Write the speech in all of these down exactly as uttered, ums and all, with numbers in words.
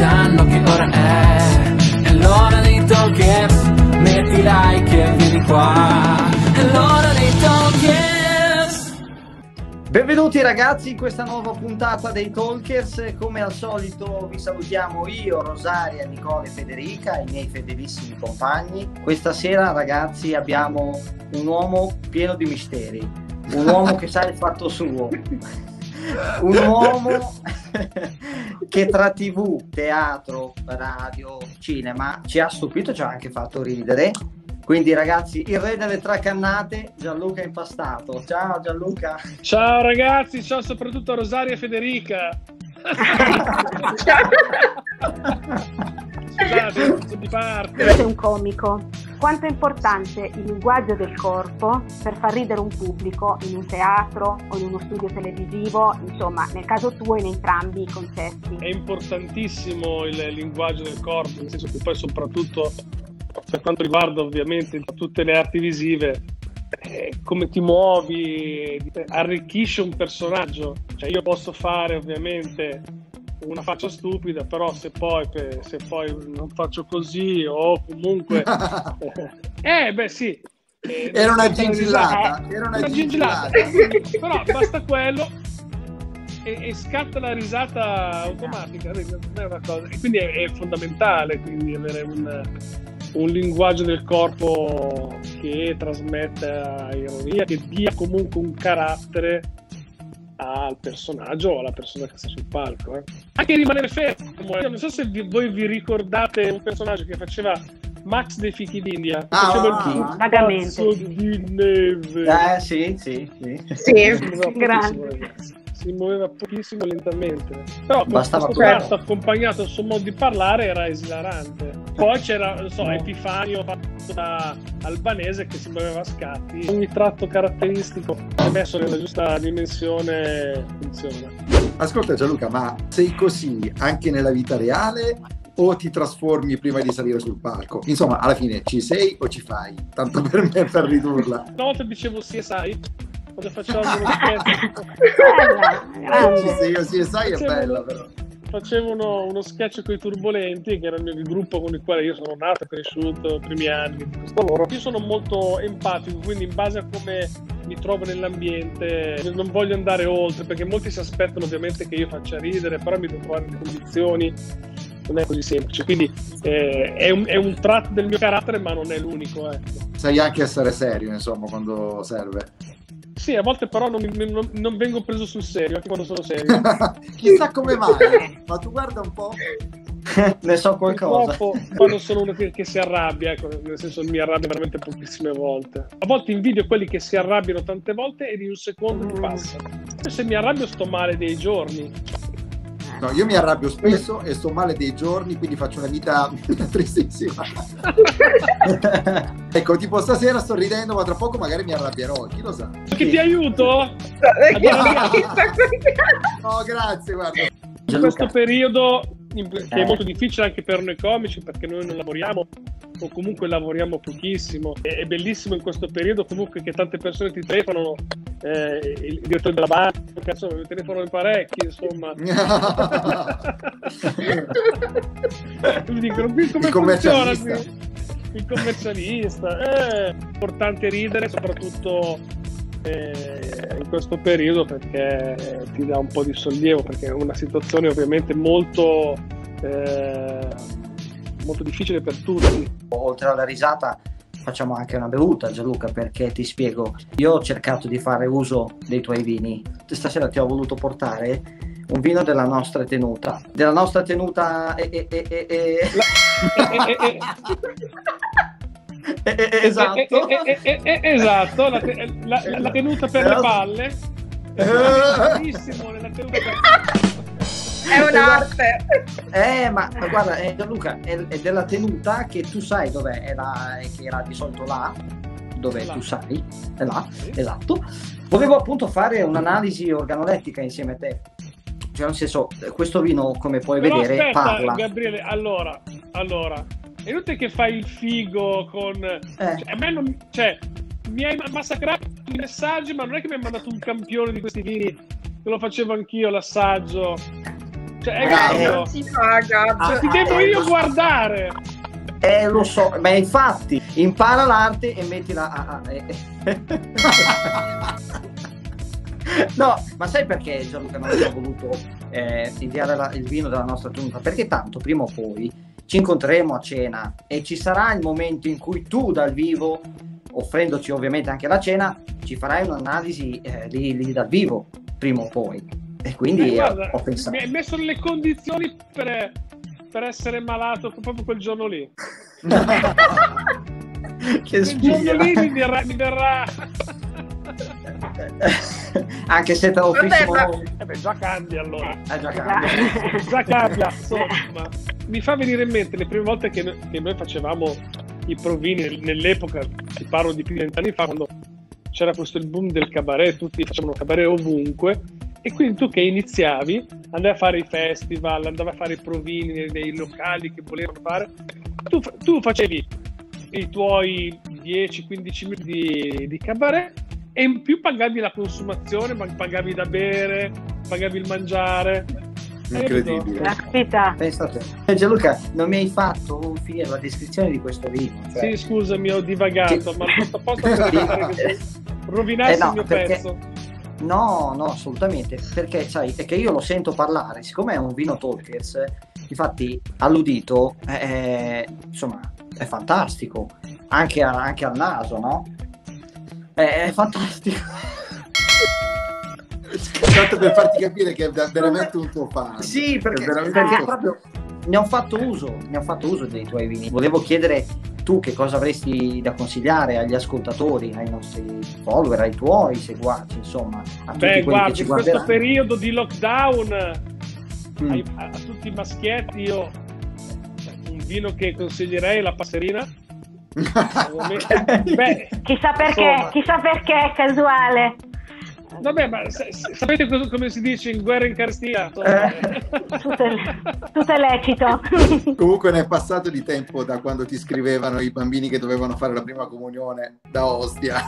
sanno che ora è, è l'ora dei Talkers, metti like e vieni qua, è l'ora dei Talkers. Benvenuti ragazzi in questa nuova puntata dei Talkers. Come al solito vi salutiamo io, Rosaria, Nicola e Federica, i miei fedelissimi compagni. Questa sera ragazzi abbiamo un uomo pieno di misteri, un uomo che sa il fatto suo, un uomo che tra tv, teatro, radio, cinema ci ha stupito, ci ha anche fatto ridere. Quindi ragazzi, il re delle tre cannate, Gianluca Impastato. Ciao Gianluca. Ciao ragazzi, ciao soprattutto a Rosaria e Federica. Scusate, sono di parte. Sei un comico. Quanto è importante il linguaggio del corpo per far ridere un pubblico in un teatro o in uno studio televisivo, insomma, nel caso tuo in entrambi i contesti? È importantissimo il linguaggio del corpo, nel senso che poi soprattutto per quanto riguarda ovviamente tutte le arti visive, eh, come ti muovi arricchisce un personaggio. Cioè io posso fare ovviamente una faccia stupida, però se poi, se poi non faccio così o comunque eh beh sì eh, era una gingillata era una, una gingillata, gingillata. Però basta quello e, e scatta la risata automatica, non è una cosa, e quindi è, è fondamentale quindi avere un un linguaggio del corpo che trasmetta ironia, che dia comunque un carattere al personaggio o alla persona che sta sul palco, eh. Anche rimanere fermo. Io non so se vi, voi vi ricordate un personaggio che faceva Max dei Fichi d'India, ah, faceva ah, il vagamente di neve. Eh sì, sì, sì. Sì, grande. Si muoveva pochissimo, lentamente, però bastava questo tratto accompagnato al suo modo di parlare era esilarante. Poi c'era, non so, Epifanio fatto da albanese che si muoveva a scatti. Ogni tratto caratteristico è messo nella giusta dimensione, funziona. Ascolta Gianluca, ma sei così anche nella vita reale o ti trasformi prima di salire sul palco? Insomma, alla fine ci sei o ci fai? Tanto per me, per ridurla. Una volta dicevo sì, sai, quando facevamo uno sketch. Ci sei io, sì, sai, è bella però. Facevo uno, uno sketch con i Turbolenti, che era il, mio, il gruppo con il quale io sono nato e cresciuto, i primi anni di questo lavoro. Io sono molto empatico, quindi in base a come mi trovo nell'ambiente non voglio andare oltre, perché molti si aspettano ovviamente che io faccia ridere, però mi devo trovare nelle condizioni, non è così semplice. Quindi eh, è, un, è un tratto del mio carattere, ma non è l'unico, ecco. Sai anche essere serio, insomma, quando serve. Sì, a volte però non, non, non vengo preso sul serio, anche quando sono serio. Chissà come mai, ma tu guarda un po'. Ne so qualcosa. Purtroppo quando sono uno che, che si arrabbia, ecco, nel senso mi arrabbio veramente pochissime volte. A volte invidio quelli che si arrabbiano tante volte e in un secondo ti passa. Se mi arrabbio sto male dei giorni. No, io mi arrabbio spesso e sto male dei giorni, quindi faccio una vita tristissima. Ecco, tipo stasera sto ridendo, ma tra poco magari mi arrabbierò, chi lo sa. Che ti aiuto? No, grazie, guarda. In questo periodo, che è molto difficile anche per noi comici, perché noi non lavoriamo o comunque lavoriamo pochissimo, è bellissimo in questo periodo comunque che tante persone ti telefonano, eh, il direttore della banca, insomma, mi telefonano in parecchi, insomma. Mi dicono, qui come il funziona? Il commercialista. È importante ridere, soprattutto eh, in questo periodo, perché ti dà un po' di sollievo, perché è una situazione ovviamente molto eh, molto difficile per tutti. Oltre alla risata facciamo anche una bevuta, Gianluca, perché ti spiego, io ho cercato di fare uso dei tuoi vini. Stasera ti ho voluto portare un vino della nostra tenuta, della nostra tenuta e, e, e, e, e... La... esatto, esatto, la, te- la, la tenuta per le palle. Bellissimo nella tenuta per... È un'arte. Eh, ma guarda, eh, Gianluca, è, è della tenuta che tu sai dov'è, è la, che era di solito là, dove là. Tu sai, è là, sì. Esatto. Volevo appunto fare un'analisi organolettica insieme a te. Cioè, nel senso, questo vino, come puoi Però vedere, aspetta, parla. Gabriele, allora, allora, è inutile che fai il figo con... Eh. Cioè, a me non... Cioè, mi hai massacrato i messaggi, ma non è che mi hai mandato un campione di questi vini, che lo facevo anch'io, l'assaggio. Cioè, è Eh, Gaggio. Non si fa, Gaggio. Ah, Ti devo eh, io lo so. guardare. Eh, lo so, ma infatti, impara l'arte e mettila a... a- eh. No, ma sai perché Gianluca non abbiamo voluto eh, inviare la- il vino della nostra giunta? Perché tanto prima o poi ci incontreremo a cena e ci sarà il momento in cui tu dal vivo, offrendoci ovviamente anche la cena, ci farai un'analisi eh, lì, lì dal vivo, prima o poi. E quindi Eh, eh, guarda, ho pensato... mi hai messo nelle condizioni per, per essere malato proprio quel giorno lì. che Quel giorno lì sfiga. mi verrà, mi verrà... Anche se te lo Vabbè, fissiamo ma- noi. Eh beh, già cambia allora. Eh, già cambia. Già cambia, insomma. Mi fa venire in mente le prime volte che noi, che noi facevamo i provini nell'epoca, ti parlo di più di vent'anni fa, quando c'era questo il boom del cabaret, tutti facevano cabaret ovunque, e quindi tu che iniziavi andavi a fare i festival, andavi a fare i provini nei, nei locali che volevano fare, tu, fa- tu facevi i tuoi dieci quindici minuti di, di cabaret e in più pagavi la consumazione, ma pagavi da bere, pagavi il mangiare. Incredibile. Caspita. Pensa a te. Eh, Gianluca, non mi hai fatto finire la descrizione di questo vino. Cioè... Sì, scusami, ho divagato, Che- ma questo posto per evitare che rovinassi Eh, no, il mio perché- pezzo. No, no, assolutamente, perché sai, è che io lo sento parlare, siccome è un vino Talkers, infatti all'udito, è, insomma, è fantastico, anche, a- anche al naso, no? È, è fantastico. Tanto per farti capire che è da- veramente un tuo fan. Sì, perché, È veramente perché un tuo proprio ne ho fatto uso, ne ho fatto uso dei tuoi vini. Volevo chiedere tu che cosa avresti da consigliare agli ascoltatori, ai nostri follower, ai tuoi seguaci, insomma, a tutti Beh, quelli guarda, che ci in questo guarderanno. periodo di lockdown, Mm. ai- a, a tutti i maschietti, io un vino che consiglierei è la Passerina. Beh, Chissà perché, insomma. chissà perché è casuale. Vabbè, ma sa- sa- sapete cosa- come si dice in guerra in carestia? Insomma, Eh. Tutto è, tutto è lecito. Comunque ne è passato di tempo da quando ti scrivevano i bambini che dovevano fare la prima comunione da Ostia.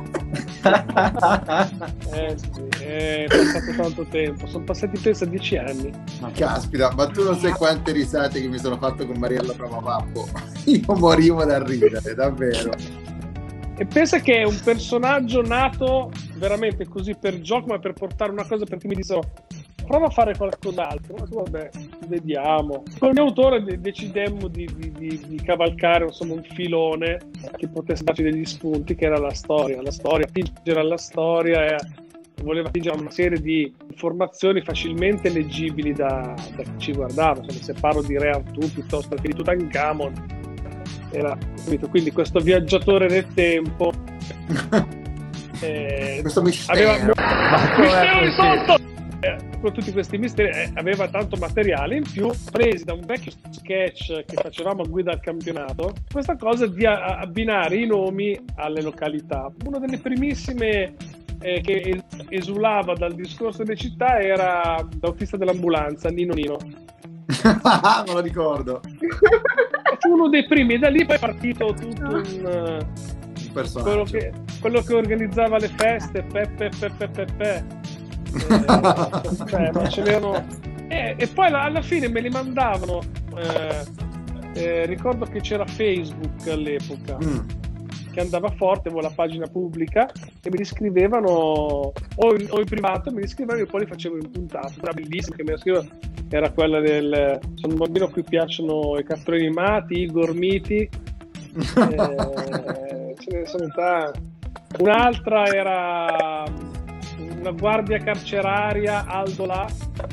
Eh, sì, è passato tanto tempo, sono passati pensa dieci anni. Caspita, ma tu non sai quante risate che mi sono fatto con Mariella Bramapappo. Io morivo da ridere, davvero. E pensa che è un personaggio nato veramente così per gioco, ma per portare una cosa, perché mi dissero prova a fare qualcos'altro. Ma vabbè, vediamo. Con il mio autore de- decidemmo di, di- di- di cavalcare insomma un filone che potesse darci degli spunti, che era la storia. La storia, attingere alla storia, e voleva attingere a una serie di informazioni facilmente leggibili da, da chi ci guardava. Insomma, se parlo di Re Artù piuttosto che di Tutankhamon, era, capito? Quindi questo viaggiatore nel tempo eh, Questo mistero. aveva Ma mistero com'è di tutto! Eh, con tutti questi misteri eh, aveva tanto materiale in più, presi da un vecchio sketch che facevamo a guida al campionato, questa cosa di a- abbinare i nomi alle località. Una delle primissime eh, che es- esulava dal discorso delle città era l'autista dell'ambulanza, Nino Nino. Me lo ricordo. Fu uno dei primi, e da lì poi è partito tutto un, eh, Un quello, personaggio. che, quello che organizzava le feste, Peppe Peppe Peppe. Eh, cioè, ma ce n'erano. Eh, e poi alla, alla fine me li mandavano. eh, eh, ricordo che c'era Facebook all'epoca Mm. che andava forte, avevo la pagina pubblica e me li scrivevano o in, o in privato, me li scrivevano e poi li facevo in puntata. Era bellissima che me la scriveva, era quella del sono un bambino a cui piacciono i cartoni animati, i gormiti, eh, ce ne sono tanti. Un'altra era una guardia carceraria, Aldo là.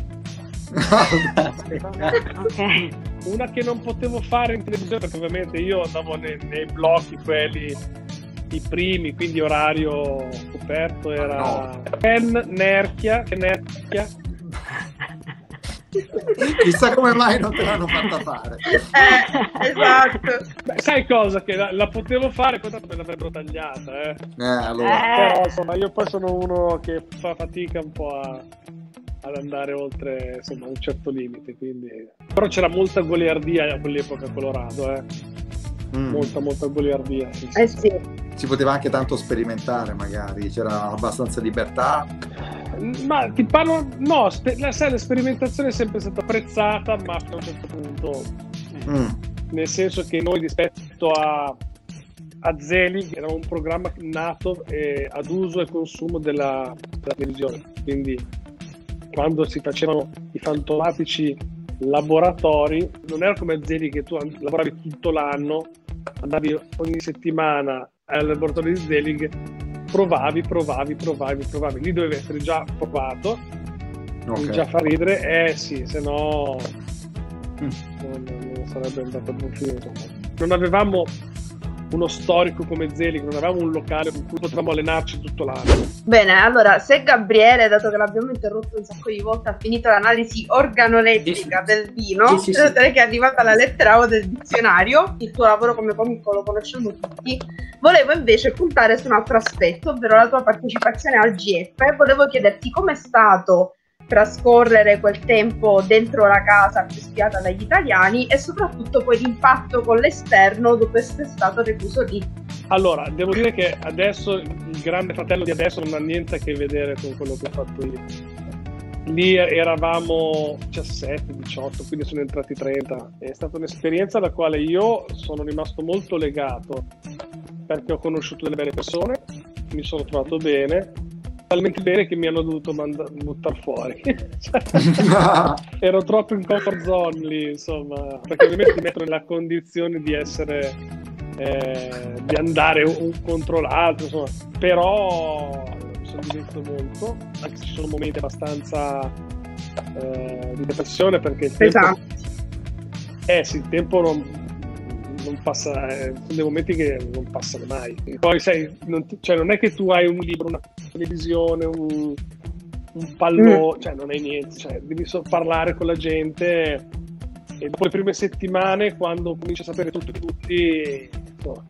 Ok. Una che non potevo fare in televisione perché ovviamente io andavo nei, nei blocchi quelli i primi, quindi orario coperto era No. Ken Nerchia, che Nerchia. Chissà come mai non te l'hanno fatta fare. Eh, esatto. Beh, sai cosa? Che la, la potevo fare, poi tanto me l'avrebbero tagliata, eh. Eh, allora. Eh. Però insomma io poi sono uno che fa fatica un po' a, ad andare oltre insomma un certo limite, quindi però c'era molta goliardia a quell'epoca a Colorado, eh. Mm. molta molta goliardia, sì, sì. Eh sì. Si poteva anche tanto sperimentare, magari c'era abbastanza libertà. Ma ti parlo, no, spe- la, sai, l'esperimentazione è sempre stata apprezzata, ma fino a un certo punto, Mm. nel senso che noi rispetto a, a Zelig era un programma nato eh, ad uso e consumo della, della televisione, quindi quando si facevano i fantomatici laboratori non era come Zelig che tu lavoravi tutto l'anno, andavi ogni settimana al laboratorio di Zelig, provavi, provavi, provavi, provavi, lì doveva essere già provato, Ok. già fa ridere, eh sì, se no non, non sarebbe andato a buon fine, insomma. Non avevamo uno storico come Zelig, non avevamo un locale con cui potevamo allenarci tutto l'anno. Bene, allora, se Gabriele, dato che l'abbiamo interrotto un sacco di volte, ha finito l'analisi organolettica del vino, Sì, sì, sì. notate che è arrivata la lettera O del dizionario, il tuo lavoro come comico lo conosciamo tutti. Volevo invece puntare su un altro aspetto, ovvero la tua partecipazione al G F, e volevo chiederti com'è stato trascorrere quel tempo dentro la casa più spiata dagli italiani e soprattutto poi l'impatto con l'esterno dopo essere stato recluso lì. Allora, devo dire che adesso il grande fratello di adesso non ha niente a che vedere con quello che ho fatto io. Lì eravamo diciassette, diciotto, quindi sono entrati trenta. È stata un'esperienza alla quale io sono rimasto molto legato, perché ho conosciuto delle belle persone, mi sono trovato bene, talmente bene che mi hanno dovuto manda- buttare fuori. Ero troppo in comfort zone lì, insomma, perché ovviamente ti mettono nella condizione di essere eh, di andare un contro l'altro, insomma. Però mi sono divertito molto, anche se ci sono momenti abbastanza eh, di depressione, perché il tempo, Esatto. eh sì, il tempo non, non passa, eh, sono dei momenti che non passano mai. E poi sai, non, ti- cioè, non è che tu hai un libro, una televisione, un, un pallone, cioè non hai niente, cioè, devi so- parlare con la gente, e dopo le prime settimane, quando cominci a sapere tutto di tutti, insomma,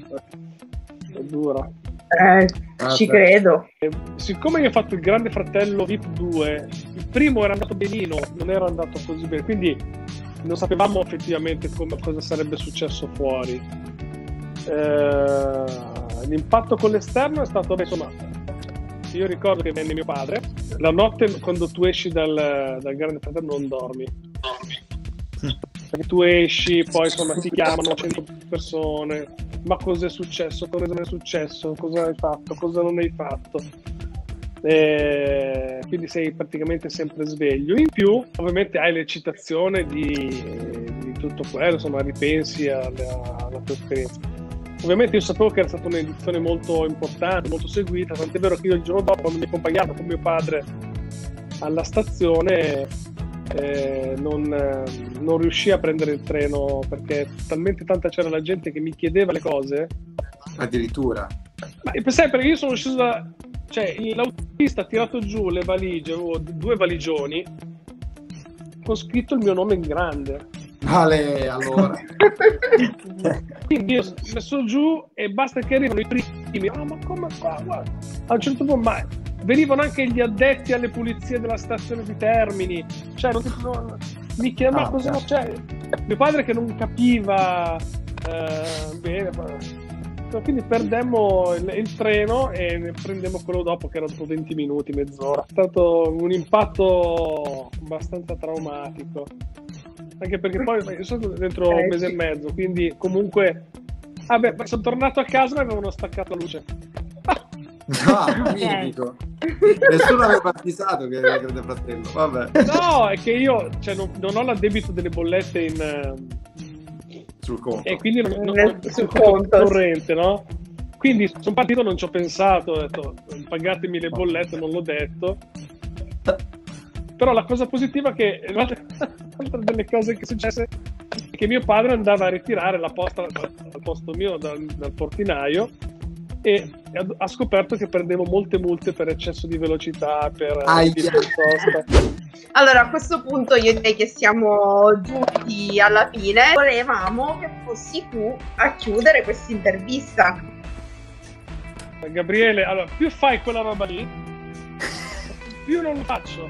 è dura. Eh, Ah, ci certo. credo. E siccome io ho fatto il Grande Fratello V I P due, il primo era andato benino, non era andato così bene, quindi non sapevamo effettivamente come, cosa sarebbe successo fuori. Eh, l'impatto con l'esterno è stato, beh, insomma, io ricordo che venne mio padre, la notte quando tu esci dal, dal Grande Fratello non dormi. Perché tu esci, poi insomma ti chiamano cento persone, ma cosa è successo, cosa non è successo, cosa hai fatto, cosa non hai fatto. E quindi sei praticamente sempre sveglio. In più ovviamente hai l'eccitazione di, di tutto quello, insomma ripensi alla, alla tua esperienza. Ovviamente io sapevo che era stata un'edizione molto importante, molto seguita, tant'è vero che io il giorno dopo, quando mi accompagnavo con mio padre alla stazione, eh, non, eh, non riuscii a prendere il treno, perché talmente tanta c'era la gente che mi chiedeva le cose. Addirittura. Ma sai, perché io sono sceso da... Cioè, l'autista ha tirato giù le valigie, avevo due valigioni, con scritto il mio nome in grande. Vale, allora. Quindi io ho messo giù e basta che arrivano i primi. Ah, ma come qua? Guarda. A un certo punto, ma venivano anche gli addetti alle pulizie della stazione di Termini. Cioè, non, non, mi chiamava Ah, cosa certo. c'è? Mio padre che non capiva eh, bene, ma... quindi perdemmo il, il treno e ne prendemmo quello dopo, che era dopo venti minuti, mezz'ora. È stato un impatto abbastanza traumatico, anche perché poi io sono dentro un mese e mezzo, quindi comunque vabbè, sono tornato a casa e mi avevano staccato la luce. No, mitico. Nessuno aveva avvisato che era il Grande Fratello. Vabbè, No, è che io cioè, non, non ho l'addebito delle bollette in eh, sul conto. e quindi non, non, Nel- non sul sul conto conto. corrente, no? Quindi sono partito, non ci ho pensato, ho detto pagatemi le bollette, non l'ho detto. Però la cosa positiva è che un'altra un'altra delle cose che è successe è che mio padre andava a ritirare la posta al posto mio dal, dal portinaio e ha, ha scoperto che prendevo molte multe per eccesso di velocità, per Aia. di sosta. Allora, a questo punto io direi che siamo giunti alla fine. Volevamo che fossi tu a chiudere questa intervista. Gabriele, allora, più fai quella roba lì, più non lo faccio.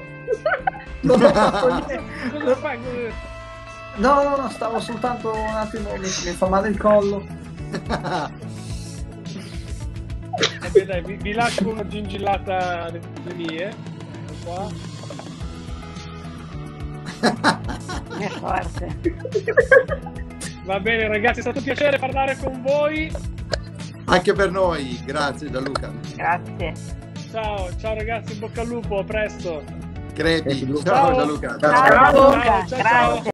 Cosa fai? No, no, no, stavo soltanto un attimo, mi, mi fa male il collo. Vabbè, dai, vi, vi lascio una gingillata le mie. qua. È forte. Va bene ragazzi, è stato un piacere parlare con voi. Anche per noi, grazie Gianluca. Grazie. Ciao, ciao ragazzi, in bocca al lupo, a presto. Crepi, Crepi, ciao Ciao. Gianluca. Ciao, Ciao. Luca, Ciao, ciao. grazie.